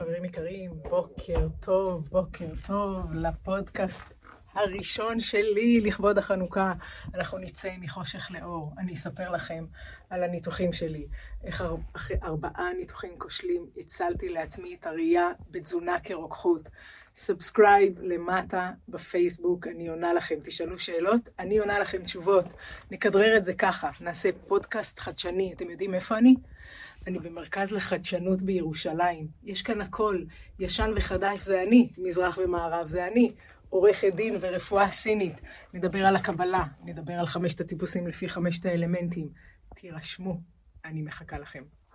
חברים יקרים, בוקר טוב לפודקאסט הראשון שלי לכבוד החנוכה. אנחנו נצא מחושך לאור. אני אספר לכם על הניתוחים שלי. איך אחרי 4 ניתוחים כושלים הצלתי לעצמי את הראייה בתזונה כרוקחות. סאבסקרייב למטה בפייסבוק, אני עונה לכם, תשאלו שאלות, אני עונה לכם תשובות. נכדרר את זה ככה, נעשה פודקאסט חדשני. אתם יודעים איפה אני? אני במרכז לחדשנות בירושלים. יש כאן הכל, ישן וחדש זה אני, מזרח ומערב זה אני, עורכת דין ורפואה סינית. נדבר על הקבלה, נדבר על 5 הטיפוסים לפי 5 האלמנטים. תירשמו, אני מחכה לכם.